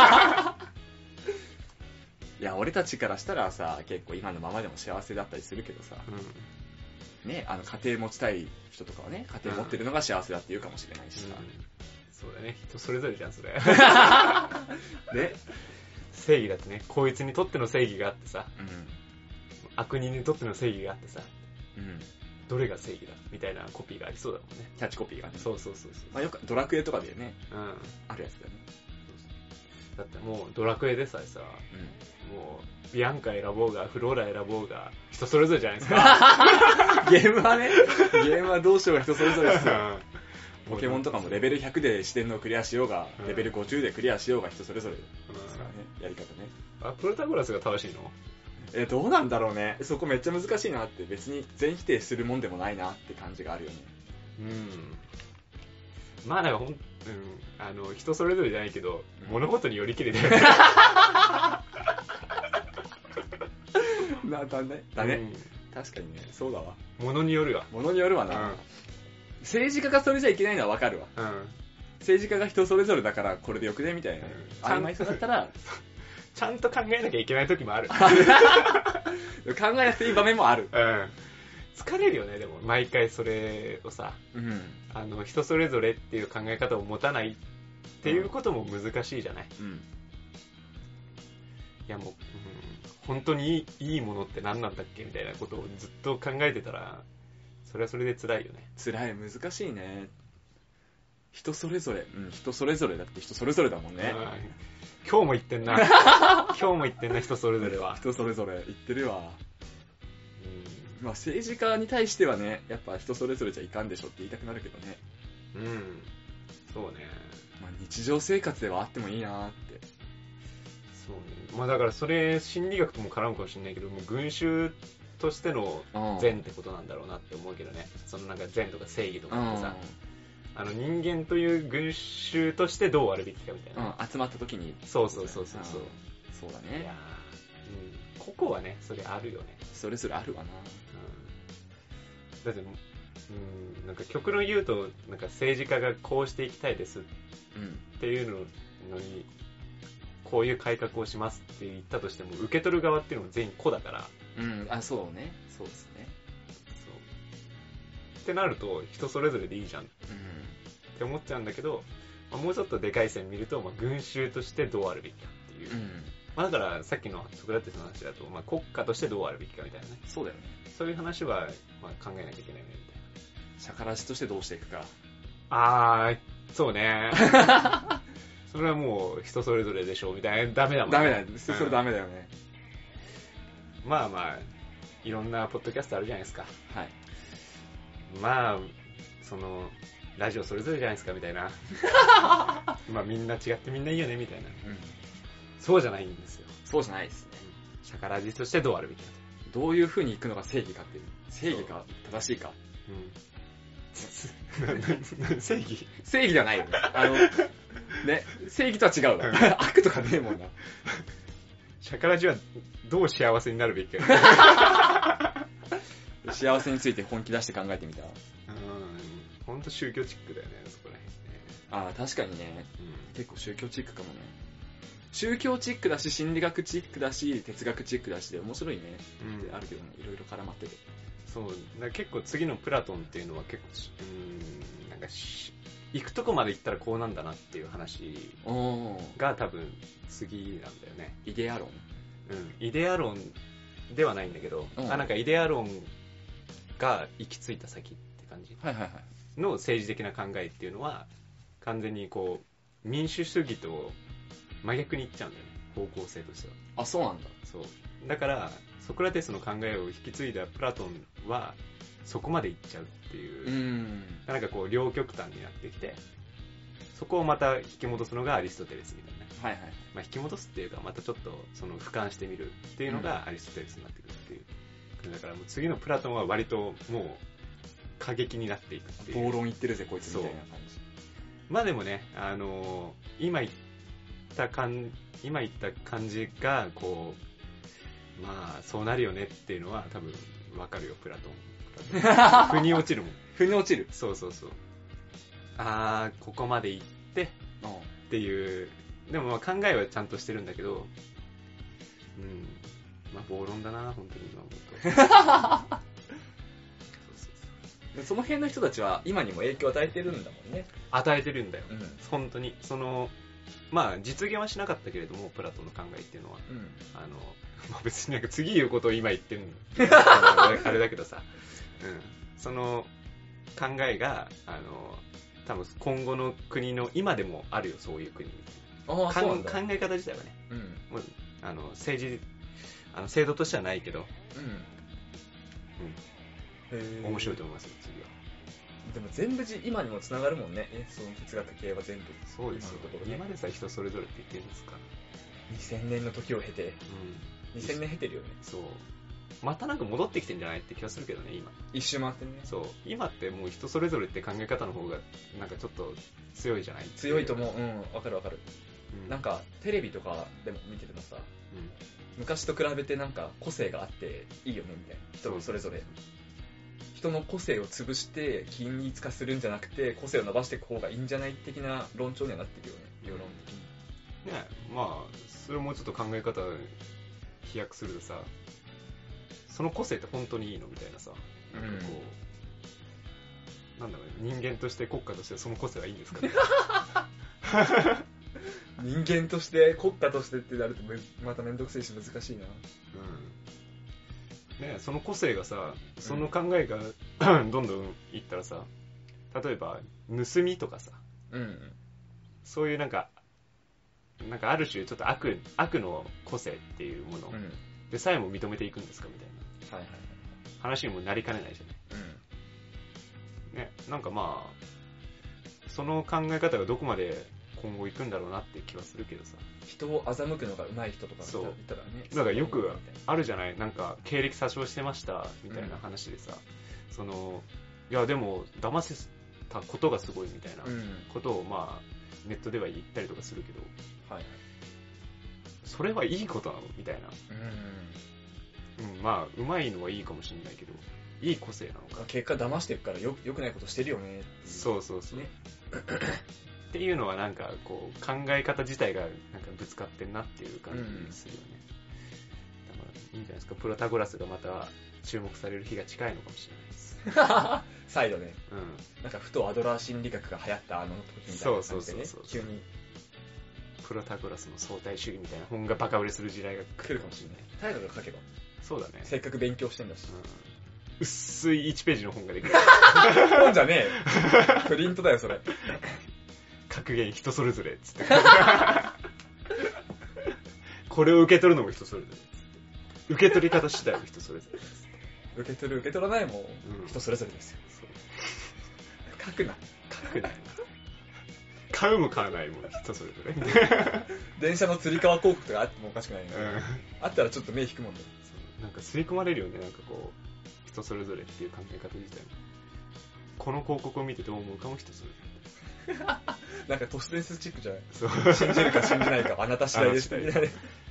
S2: いや、俺たちからしたらさ、結構今のままでも幸せだったりするけどさ、うん、ね、あの家庭持ちたい人とかはね、家庭持ってるのが幸せだって言うかもしれないしさ。うん、
S1: そうだね、人それぞれじゃん、それ。
S2: ね、
S1: 正義だってね、こいつにとっての正義があってさ、うん、悪人にとっての正義があってさ、うん、どれが正義だみたいなコピーがありそうだもんね。
S2: キャッチコピーがね。
S1: そうそうそうそう。
S2: まあ、よくドラクエとかでね、うん、あるやつだよね。
S1: だってもうドラクエでさえさ、うん、もうビアンカ選ぼうがフローラ選ぼうが人それぞれじゃないですか。
S2: ゲームはね、ゲームはどうしようが人それぞれですよ。ポケモンとかもレベルひゃくで視点のクリアしようが、うん、レベルごじゅうでクリアしようが人それぞれですからね、うん、やり方ね。
S1: あ、プロタゴラスが正しいの？
S2: え、どうなんだろうね。そこめっちゃ難しいなって、別に全否定するもんでもないなって感じがあるよね。
S1: うん。まあなんかほん、うん、あの人それぞれじゃないけど、うん、物事によりきりだよね。
S2: なだね。だね、うん。確かにね、そうだわ。
S1: 物によるわ。
S2: 物によるわな。うん、政治家がそれじゃいけないのはわかるわ。うん。政治家が人それぞれだからこれでよくねみたいな。うん、曖昧さだったら。
S1: ちゃんと考えなきゃいけない時もある。考
S2: えなくていい場面もある。
S1: うん。疲れるよね、でも。毎回それをさ、うん、あの、人それぞれっていう考え方を持たないっていうことも難しいじゃない。うん。いやもう、うん、本当にいい、いいものって何なんだっけみたいなことをずっと考えてたら、それはそれで辛いよね。
S2: 辛い、難しいね。人それぞれ、うん、人それぞれだって人それぞれだもんね。うん、
S1: 今日も言ってんな。今日も言ってんな、人それぞれは。
S2: 人それぞれ言ってるわ。うん、まあ政治家に対してはね、やっぱ人それぞれじゃいかんでしょって言いたくなるけどね。
S1: うん。そうね。
S2: まあ日常生活ではあってもいいなって。
S1: そうね。まあだからそれ心理学とも絡むかもしれないけど、もう群衆としての善ってことなんだろうなって思うけどね。そのなんか善とか正義とかってさ。あの人間という群衆としてどうあるべきかみたいな、
S2: うん、集まった時に
S1: そうそうそうそうそう、
S2: そうだね。いや、
S1: うん、ここはねそれあるよね。
S2: それぞれあるわな、
S1: うん、だって、うん、なんか極論言うとなんか政治家がこうしていきたいですっていうのにこういう改革をしますって言ったとしても受け取る側っていうのも全員個だから、
S2: うん、あ、そうね、そうですね。
S1: そうってなると人それぞれでいいじゃん、うんって思っちゃうんだけど、まあ、もうちょっとでかい線見ると、まあ、群衆としてどうあるべきかっていう、うん、まあ、だからさっきのソクラテスの話だと、まあ、国家としてどうあるべきかみたいなね。
S2: そうだよね。
S1: そういう話は、まあ、考えなきゃいけないよねみたい
S2: な。シャカラシとしてどうしていくか。
S1: あー、そうね。それはもう人それぞれでしょうみたいな。ダメだもんね。
S2: ダメだよ、それダメだよね、
S1: うん、まあまあいろんなポッドキャストあるじゃないですか。
S2: はい。
S1: まあそのラジオそれぞれじゃないですかみたいな。まあみんな違ってみんないいよねみたいな、うん、そうじゃないんですよ。
S2: そうじゃないですね。
S1: シャカラジとしてどうあるべきか
S2: と、どういう風に行くのが正義かっていう、正義か正しいか、
S1: うん、正義
S2: 正義ではないよね。あのね、正義とは違うわ。悪とかねえもんな。
S1: シャカラジはどう幸せになるべきか。
S2: 幸せについて本気出して考えてみた。
S1: ほんと宗教チックだよね、そこら辺ね。
S2: ああ、確かにね、うん。結構宗教チックかもね。宗教チックだし、心理学チックだし、哲学チックだしで面白いね。うん、ってあるけどね、いろいろ絡まってて。
S1: そう、だから結構次のプラトンっていうのは結構、うーん、なんかし、行くとこまで行ったらこうなんだなっていう話が多分次なんだよね。
S2: イデア論。
S1: うん、イデア論ではないんだけど、うん、あ、なんかイデア論が行き着いた先って感じ。
S2: はいはいはい。
S1: の政治的な考えっていうのは完全にこう民主主義と真逆にいっちゃうんだよね。 方向性としては。
S2: あ、そうなんだ。
S1: そうだからソクラテスの考えを引き継いだプラトンはそこまでいっちゃうっていう、うん、なんかこう両極端になってきて、そこをまた引き戻すのがアリストテレスみたいな、はいはい、まあ、引き戻すっていうかまたちょっとその俯瞰してみるっていうのがアリストテレスになってくるっていう、うん、だからもう次のプラトンは割ともう過激になっていくっていう。
S2: 暴論言ってるぜこいつみたいな感じ。
S1: まあでもね、あのー、今言った感今言った感じがこう、まあそうなるよねっていうのは多分わかるよ、プラトン。腑に落ちるもん。
S2: 腑に落ちる。
S1: そうそうそう。あーここまで行ってっていう。でもまあ考えはちゃんとしてるんだけど、うん、まあ暴論だな本当に今思うと。
S2: その辺の人たちは今にも影響を与えてるんだもんね。
S1: 与えてるんだよ、うん、本当に。そのまあ実現はしなかったけれどもプラトンの考えっていうのは、うん、あのまあ、別になんか次言うことを今言ってるのあれだけどさ、うん、その考えがあの多分今後の国の今でもあるよ、そういう国。あ考え方自体はね、うん、もうあの政治あの制度としてはないけど、うんうん、面白いと思いますよ次は。
S2: でも全部今にもつながるもんね、その哲学系は全部。
S1: そうですよ、ね、今でさ人それぞれって言ってるんですか。
S2: にせんねんの時を経て、うん、にせんねん経てるよね。
S1: そうまたなんか戻ってきてんじゃないって気がするけどね今。
S2: 一周回ってね。
S1: そう今ってもう人それぞれって考え方の方がなんかちょっと強いじゃない。
S2: 強いと思う。うんわかるわかる、うん、なんかテレビとかでも見てるのさ、うん、昔と比べてなんか個性があっていいよねみたいな。人それぞれ人の個性を潰して均一化するんじゃなくて個性を伸ばしていく方がいいんじゃない的な論調にはなってるよね、世論的に
S1: ね。まあそれをもうちょっと考え方飛躍するとさ、その個性って本当にいいのみたいなさ、なんかこう、うん、なんだろうね、人間として国家としてその個性はいいんですかね。
S2: 人間として国家としてってなるとまためんどくせえし難しいな。
S1: うんね、その個性がさ、その考えが、うん、どんどんいったらさ、例えば盗みとかさ、うん、そういうなんかなんかある種ちょっと 悪, 悪の個性っていうもの、うん、でさえも認めていくんですかみたいな、はいはいはい、話にもなりかねないじゃない、うんね、なんかまあその考え方がどこまで今後行くんだろうなって気はするけどさ。
S2: 人を欺くのが上手い人とかいたらね、
S1: だからよくあるじゃない、なんか経歴詐称してましたみたいな話でさ、うん、そのいやでも騙せたことがすごいみたいなことをまあネットでは言ったりとかするけど、はい、それはいいことなのみたいな、うん、うん、まあ上手いのはいいかもしれないけどいい個性なのか、
S2: 結果騙していくからよくないことしてるよねっていう。
S1: そうそうそう、ねっていうのはなんかこう考え方自体がなんかぶつかってんなっていう感じするよね、うん、だからいいんじゃないですか。プロタゴラスがまた注目される日が近いのかもしれないです。
S2: 再度ね、うん、なんかふとアドラー心理学が流行ったあの時みたいな感じでね、急に
S1: プロタゴラスの相対主義みたいな本がバカ売れする時代が
S2: 来るかもしれない。態度が書けば。
S1: そうだね。
S2: せっかく勉強してんだし、うん、
S1: 薄いいちページの本ができる。
S2: 本じゃねえ。プリントだよそれ。
S1: 格言人それぞれっつってこれを受け取るのも人それぞれっつって受け取り方次第も人それぞれっつって
S2: 受け取る受け取らないも人それぞれですよ、うん、書くな
S1: 書くな買うも買わないも人それぞれ
S2: 電車のつり革広告とかあってもおかしくないね、うん、あったらちょっと目引くもんね。
S1: なんか吸い込まれるよね、なんかこう人それぞれっていう考え方自体も。この広告を見てどう思うかも人それぞれ
S2: なんか都市伝説チックじゃない。そう信じるか信じないかあなた次第ですみたいな。そうだな、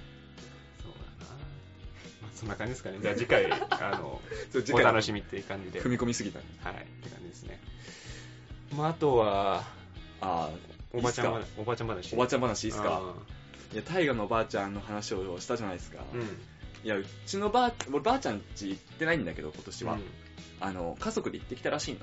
S1: まあ、そんな感じですかね。じゃあ次回あのお楽しみっていう感じで
S2: 踏み込みすぎたね。
S1: はいって感じですね。まあ、あとはあおばちゃん話おばちゃん話
S2: おばちゃん話いいですか。いや大河のおばあちゃんの話をしたじゃないですか、うん、いやうちのばあ俺ばあちゃん家行ってないんだけど今年は、うん、あの家族で行ってきたらしいの、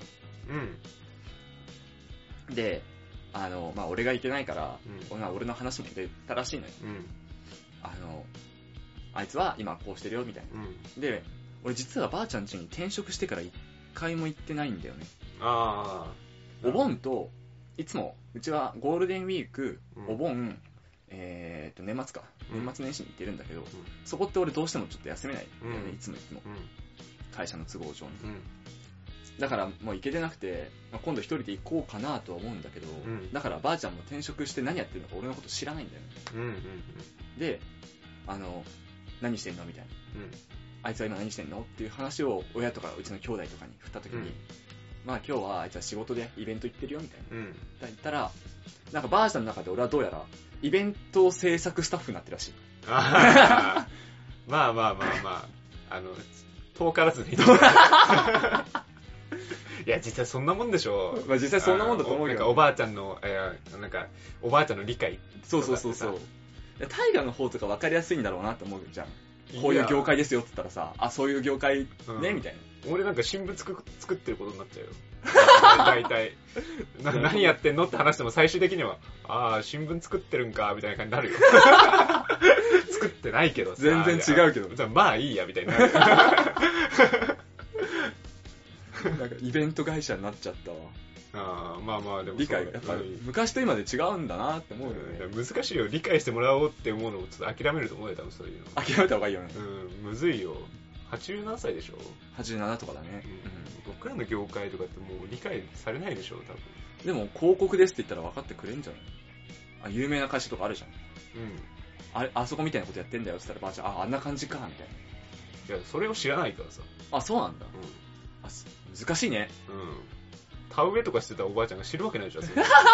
S2: うん、であのまあ俺が行けないから、うん、俺の話も聞いてたらしいのよ、うん、あのあいつは今こうしてるよみたいな、うん、で俺実はばあちゃん家に転職してから一回も行ってないんだよね。ああお盆といつもうちはゴールデンウィーク、うん、お盆、 えーと、年末か。年末年始に行ってるんだけど、うん、そこって俺どうしてもちょっと休めないんだよね、うん、いつもいつも。うん、会社の都合上に。うん、だからもう行けてなくて、まあ、今度一人で行こうかなとは思うんだけど、うん、だからばあちゃんも転職して何やってるのか俺のこと知らないんだよね。うんうんうん、で、あの、何してんのみたいな、うん。あいつは今何してんのっていう話を親とかうちの兄弟とかに振った時に、うん、まあ今日はあいつは仕事でイベント行ってるよみたいな。うん、言ったら、なんかばあちゃんの中で俺はどうやらイベント制作スタッフになってるらしい。
S1: あまあまあまあまあ、あの、遠からずに。いや、実際そんなもんでしょ。
S2: まあ実際そんなもんだと思うけど、ね。
S1: なんかおばあちゃんの、えー、なんか、おばあちゃんの理解。
S2: そうそうそうそう。大河の方とか分かりやすいんだろうなって思うじゃん。こういう業界ですよって言ったらさ、あ、そういう業界ね、うん、みたいな。
S1: 俺なんか新聞作ってることになっちゃうよ。大体な何やってんのって話しても最終的には、ああ、新聞作ってるんか、みたいな感じになるよ。作ってないけどさ。
S2: 全然違うけど。
S1: まあいいや、みたいな。
S2: なんかイベント会社になっちゃったわ。
S1: あまあまあでも
S2: 理解がやっぱり昔と今で違うんだなって思うよね、
S1: うん、難しいよ。理解してもらおうって思うのもちょっと諦めると思うよ、多分そういうの。
S2: 諦めた方がいいよね。
S1: うん、むずいよ。はちじゅうななさいでしょ。
S2: はちじゅうななとかだね、うんうん、
S1: 僕らの業界とかってもう理解されないでしょ、多分。
S2: でも広告ですって言ったら分かってくれんじゃない？あ、有名な会社とかあるじゃん。うん。あれ、あそこみたいなことやってんだよって言ったらばあちゃん、あ、あんな感じかみたいな。
S1: いや、それを知らないからさ。
S2: あ、そうなんだ。うん。あ、難しいね。
S1: うん。田植えとかしてたおばあちゃんが知るわけないでしょ。だ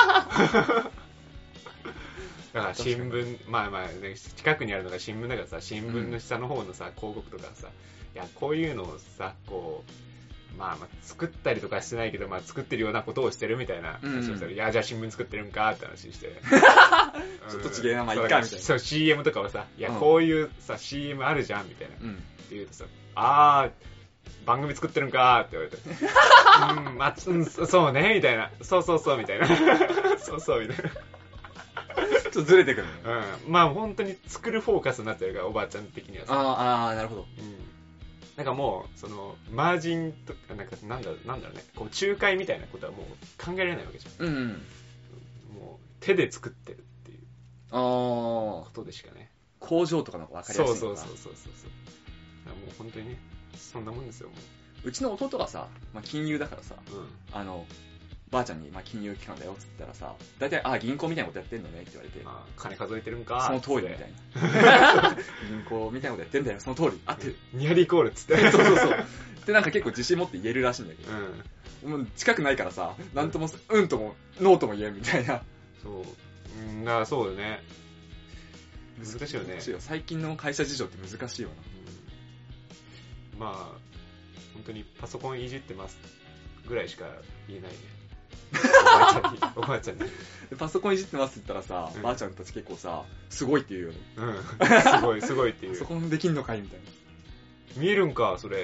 S1: から新聞、まあまあ、ね、近くにあるのが新聞だからさ、新聞の下の方のさ、広告とかさ、いや、こういうのをさ、こう、まあまあ、作ったりとかしてないけど、まあ作ってるようなことをしてるみたいな話をしたら、うん、いや、じゃあ新聞作ってるんかって話して。
S2: ちょっと違えな、まあいいか、みたいな。
S1: そう、シーエム とかはさ、いや、こういうさ、シーエム あるじゃん、みたいな。うん、って言うとさ、あー、番組作ってるんかーって言われて。うん、まあ、うん、そうね、みたいな。そうそうそう、みたいな。そうそう、みたいな。
S2: ちょっとずれてくるね。
S1: うん。まあ本当に作るフォーカスになってるから、おばあちゃん的にはさ。
S2: ああ、なるほど。うん。
S1: なんかもう、その、マージンとか、なんか、なんだろう、なんだろうね。こう、仲介みたいなことはもう考えられないわけじゃん。うん、うん。もう、手で作ってるっていう。ああ。ことでしかね。
S2: 工場とかの方が分かりやすい
S1: のか。そうそうそうそうそう。だからもう本当にね、そんなもんですよ、も
S2: う。うちの弟がさ、まあ、金融だからさ、うん、あの、ばあちゃんに、まあ、金融機関だよって言ったらさ、大体、あ、銀行みたいなことやってんのねって言われて、
S1: あ、金数えてるんか
S2: その通りみたいな。銀行みたいなことやってんだよ、その通り。合ってる。
S1: ニアリーコールっつって。
S2: そうそうそう。で、なんか結構自信持って言えるらしいんだけど、うん、もう近くないからさ、なんとも、うんとも、ノーとも言えんみたいな。
S1: そう。うん、だからそうだね。難しいよね。
S2: 難しいよ。最近の会社事情って難しいよな。
S1: うん、まあ、本当にパソコンいじってますぐらいしか言えないね。おばあちゃんに、おばあちゃんに。
S2: パソコンいじってますって言ったらさ、うん、ばあちゃんたち結構さ、すごいって言うよね。
S1: うん。すごい、すごいって言う。
S2: パソコンできんのかいみたいな。
S1: 見えるんか、それって。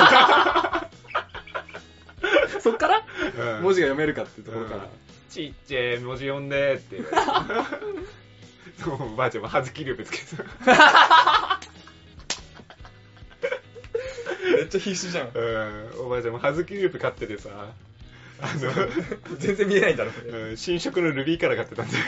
S2: そっから、うん、文字が読めるかっていうところから。うん、
S1: ちっちゃい文字読んでって言われて。そう、おばあちゃんもはずきループつけてた。
S2: めっちゃ必死じゃん。
S1: うん。おばあちゃんもはずきループ買っててさ。あの
S2: 全然見えないんだろうね、
S1: うん、新色のルビーカラー買ってたんだよ。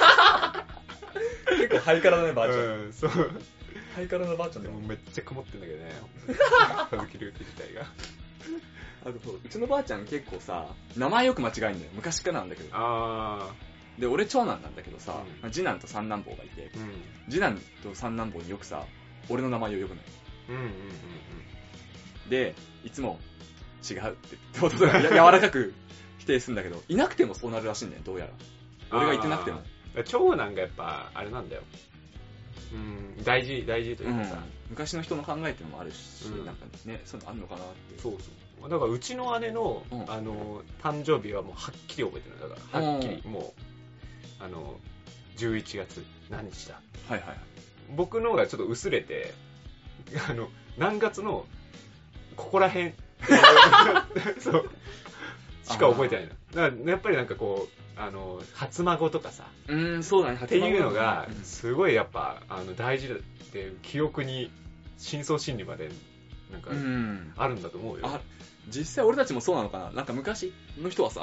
S2: 結構ハイカラだね、ばあちゃん。
S1: うん、そう。
S2: ハイカラなばあちゃんで
S1: もめっちゃ曇ってんだけどね。はずきループ自体が。
S2: あとうちのばあちゃん結構さ、名前よく間違えるんだよ。昔からなんだけど。あー。で、俺長男なんだけどさ、うん、次男と三男坊がいて、うん、次男と三男坊によくさ、俺の名前を呼ぶのよ。うんうんうんうん。で、いつも、違うって弟が柔らかく否定するんだけど、いなくてもそうなるらしいんだよ、どうやら。俺がいてなくても。
S1: 長男がやっぱあれなんだよ。うん、大事大事というかさ、うん、
S2: 昔の人の考えっていうのもあるし、うん、なんかね、そういうのあるのかなって。
S1: そうそう。だからうちの姉の、うん、あの誕生日はもうはっきり覚えてる。だからはっきり、うん、もうあのじゅういちがつ何日だ。はいはい。僕のがちょっと薄れて、あの何月のここら辺。そうしか覚えてないの。だからやっぱりなんかこうあの初孫とかさ、
S2: うーんそうだね、
S1: っていうのがすごいやっぱあの大事で記憶に深層心理までなんかあるんだと思うよ。あ、
S2: 実際俺たちもそうなのかな。なんか昔の人はさ、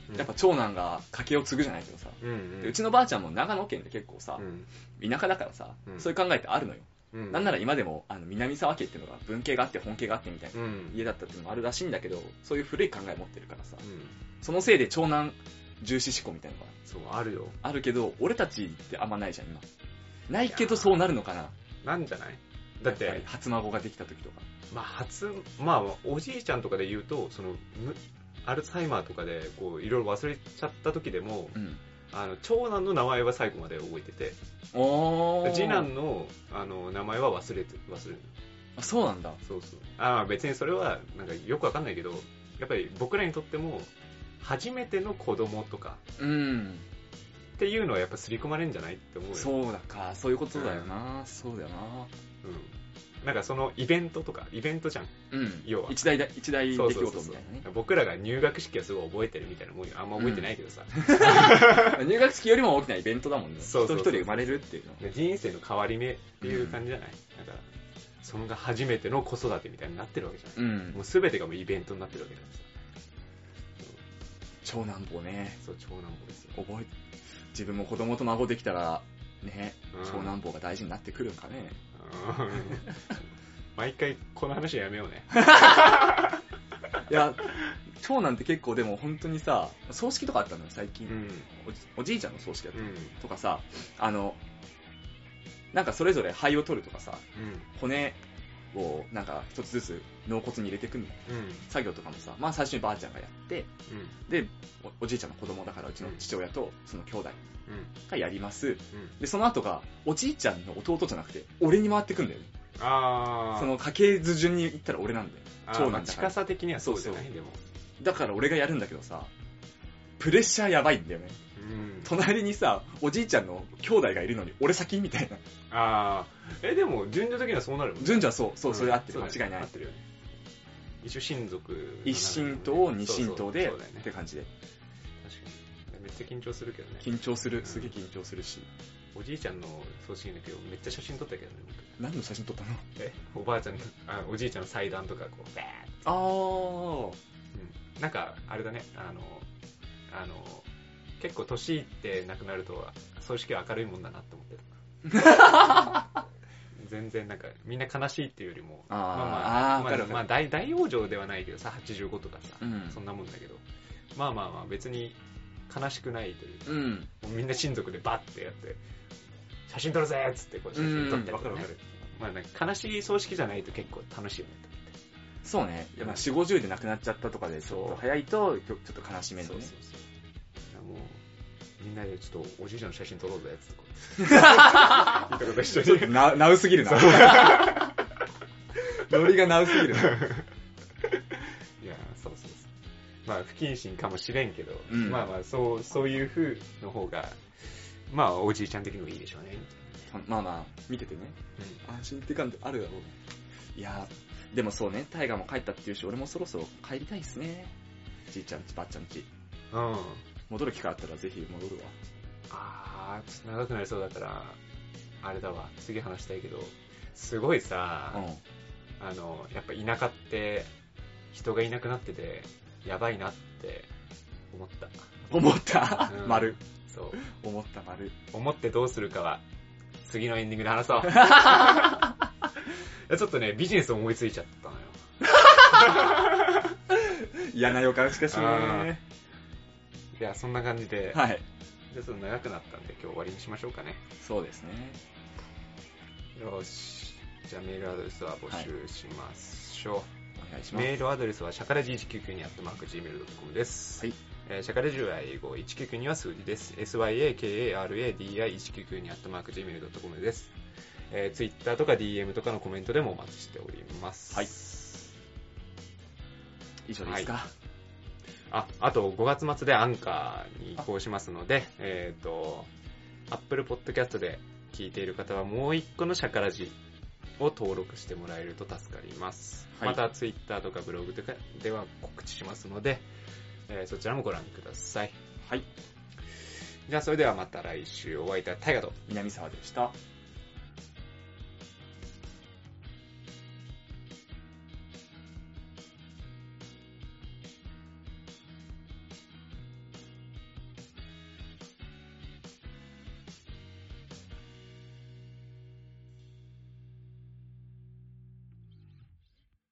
S2: やっぱ長男が家計を継ぐじゃないけどさ、うんうん、でうちのばあちゃんも長野県って結構さ、うん、田舎だからさ、うん、そういう考えってあるのよ、うん、なんなら今でもあの南沢家っていうのが文系があって本系があってみたいな家だったっていうのもあるらしいんだけど、そういう古い考え持ってるからさ、うん、そのせいで長男重視志向みたいなのが
S1: そうあるよ
S2: あるけど、俺たちってあんまないじゃん今。ないけどそうなるのかな。
S1: なんじゃない？だって
S2: 初孫ができた時とか、
S1: まあ初まあおじいちゃんとかで言うと、そのアルツハイマーとかでこういろいろ忘れちゃった時でも、うん、あの長男の名前は最後まで覚えてて、お次男のあの名前は忘れて忘れる。
S2: あ、そうなんだ。
S1: そうそう。あ、別にそれはなんかよくわかんないけど、やっぱり僕らにとっても初めての子供とか、うん、っていうのはやっぱ刷り込まれるんじゃないって思うよ。
S2: そうだか、そういうことだよな、うん、そうだよな。
S1: うん。なんかそのイベントとか、イベントじゃん。うん。要は。
S2: 一大だ、一大出来事みたいなね。そうそうそう。
S1: 僕らが入学式はすごい覚えてるみたいなもんよ。あんま覚えてないけどさ。
S2: うん、入学式よりも大きなイベントだもんね。そうそうそう。一人一人生まれるっていうの。
S1: 人生の変わり目っていう感じじゃない、うん、なんか、そのが初めての子育てみたいになってるわけじゃない、うん、もう全てがもうイベントになってるわけだからさ。
S2: 長男坊ね。
S1: そう、長男坊ですよ。
S2: 覚え、自分も子供と孫できたら、ね、うん、長男坊が大事になってくるんかね。うん、
S1: 毎回この話やめようね。
S2: いや、長男って結構でも本当にさ、葬式とかあったのよ、最近。うん、おじ、おじいちゃんの葬式だった、うん、とかさ、あの、なんかそれぞれ灰を取るとかさ、うん、骨をなんか一つずつ納骨に入れていく、うん、作業とかもさ、まあ最初にばあちゃんがやって、うん、で お, おじいちゃんの子供だからうちの父親とその兄弟がやります、うん、でその後がおじいちゃんの弟じゃなくて俺に回ってくんだよね。あ、その家系図順に言ったら俺なんだよ、
S1: 長男だから。近さ的にはそうじゃない。でも
S2: だから俺がやるんだけどさ、プレッシャーやばいんだよね、うん、隣にさおじいちゃんの兄弟がいるのに俺先みたいな。
S1: ああ、え、でも順序的にはそうなるもんね。
S2: 順序はそう、そう、それ合ってる、間違いない。合ってるよね。
S1: 一応親族、
S2: 一神道二神道でって感じで。
S1: 確かにめっちゃ緊張するけどね。
S2: 緊張する、すげえ緊張するし、
S1: おじいちゃんの葬式だけどめっちゃ写真撮ったけどね。
S2: 何の写真撮ったの？
S1: え、おばあちゃんの、あ、おじいちゃんの祭壇とかこうバーッ。ああ、うん、なんかあれだね、あのあの結構年いって亡くなると葬式は明るいもんだなって思ってた。全然なんかみんな悲しいっていうよりも、あ、まあまあ、あ、まあ、まあ、大大往生ではないけどさ、はちじゅうごとかさ、うん、そんなもんだけど、まあまあまあ別に悲しくないというか、うん、もうみんな親族でバッてやって写真撮るぜーっつってこう写真撮って、わかるわかる。まあなんか悲しい葬式じゃないと結構楽しいよね。
S2: そうね。いや、まあよんじゅう、ごじゅうで亡くなっちゃったとかでちょっと早いとちょっと悲しめるね。そうそうそう。
S1: もうみんなでちょっとおじいちゃんの写真撮ろうぜっつってこう。言ったこと一緒に。
S2: な、なうすぎるな。ノリがなうすぎるな。いや、
S1: そうそうそう。まあ不謹慎かもしれんけど、うん、まあまあそうそういう風の方がまあおじいちゃん的にもいいでしょうね。
S2: まあまあ見ててね。うん、安心って感じあるだろうね。いやでもそうね、タイガーも帰ったっていうし、俺もそろそろ帰りたいっすね。じいちゃんちばっちゃんち。うん。戻る機会あったらぜひ戻るわ。
S1: あー、ちょっと長くなりそうだからあれだわ、次話したいけど、すごいさ、うん、あのやっぱ田舎って人がいなくなっててやばいなって思った。
S2: 思った、うん、丸。
S1: そう
S2: 思った丸。
S1: 思ってどうするかは次のエンディングで話そう。ちょっとね、ビジネス思いついちゃったのよ。
S2: 嫌な予感しかしね。
S1: いや、そんな感じで、はい。じゃあちょっと長くなったんで今日終わりにしましょうかね。
S2: そうですね。
S1: よし。じゃあメールアドレスは募集しましょう。はい、
S2: お願いします。
S1: メールアドレスはシャカラジいちきゅうきゅうにアットマークジーメールドットコム です。はい。えー、シャカラジは英語、いちきゅうきゅうには数字です。エスワイエーケーエーアールエーディーアイいちきゅうきゅうにアットマークジーメールドットコム です。えー、Twitter とか ディーエム とかのコメントでもお待ちしております。はい。
S2: 以上ですか。はい、
S1: あ、あとごがつ末でアンカーに移行しますので、えっと、Apple Podcast で聞いている方はもう一個のシャカラジを登録してもらえると助かります。はい、また Twitter とかブログとかでは告知しますので、えー、そちらもご覧ください。はい。じゃあそれではまた来週お会いいたいタイガと
S2: 南沢でした。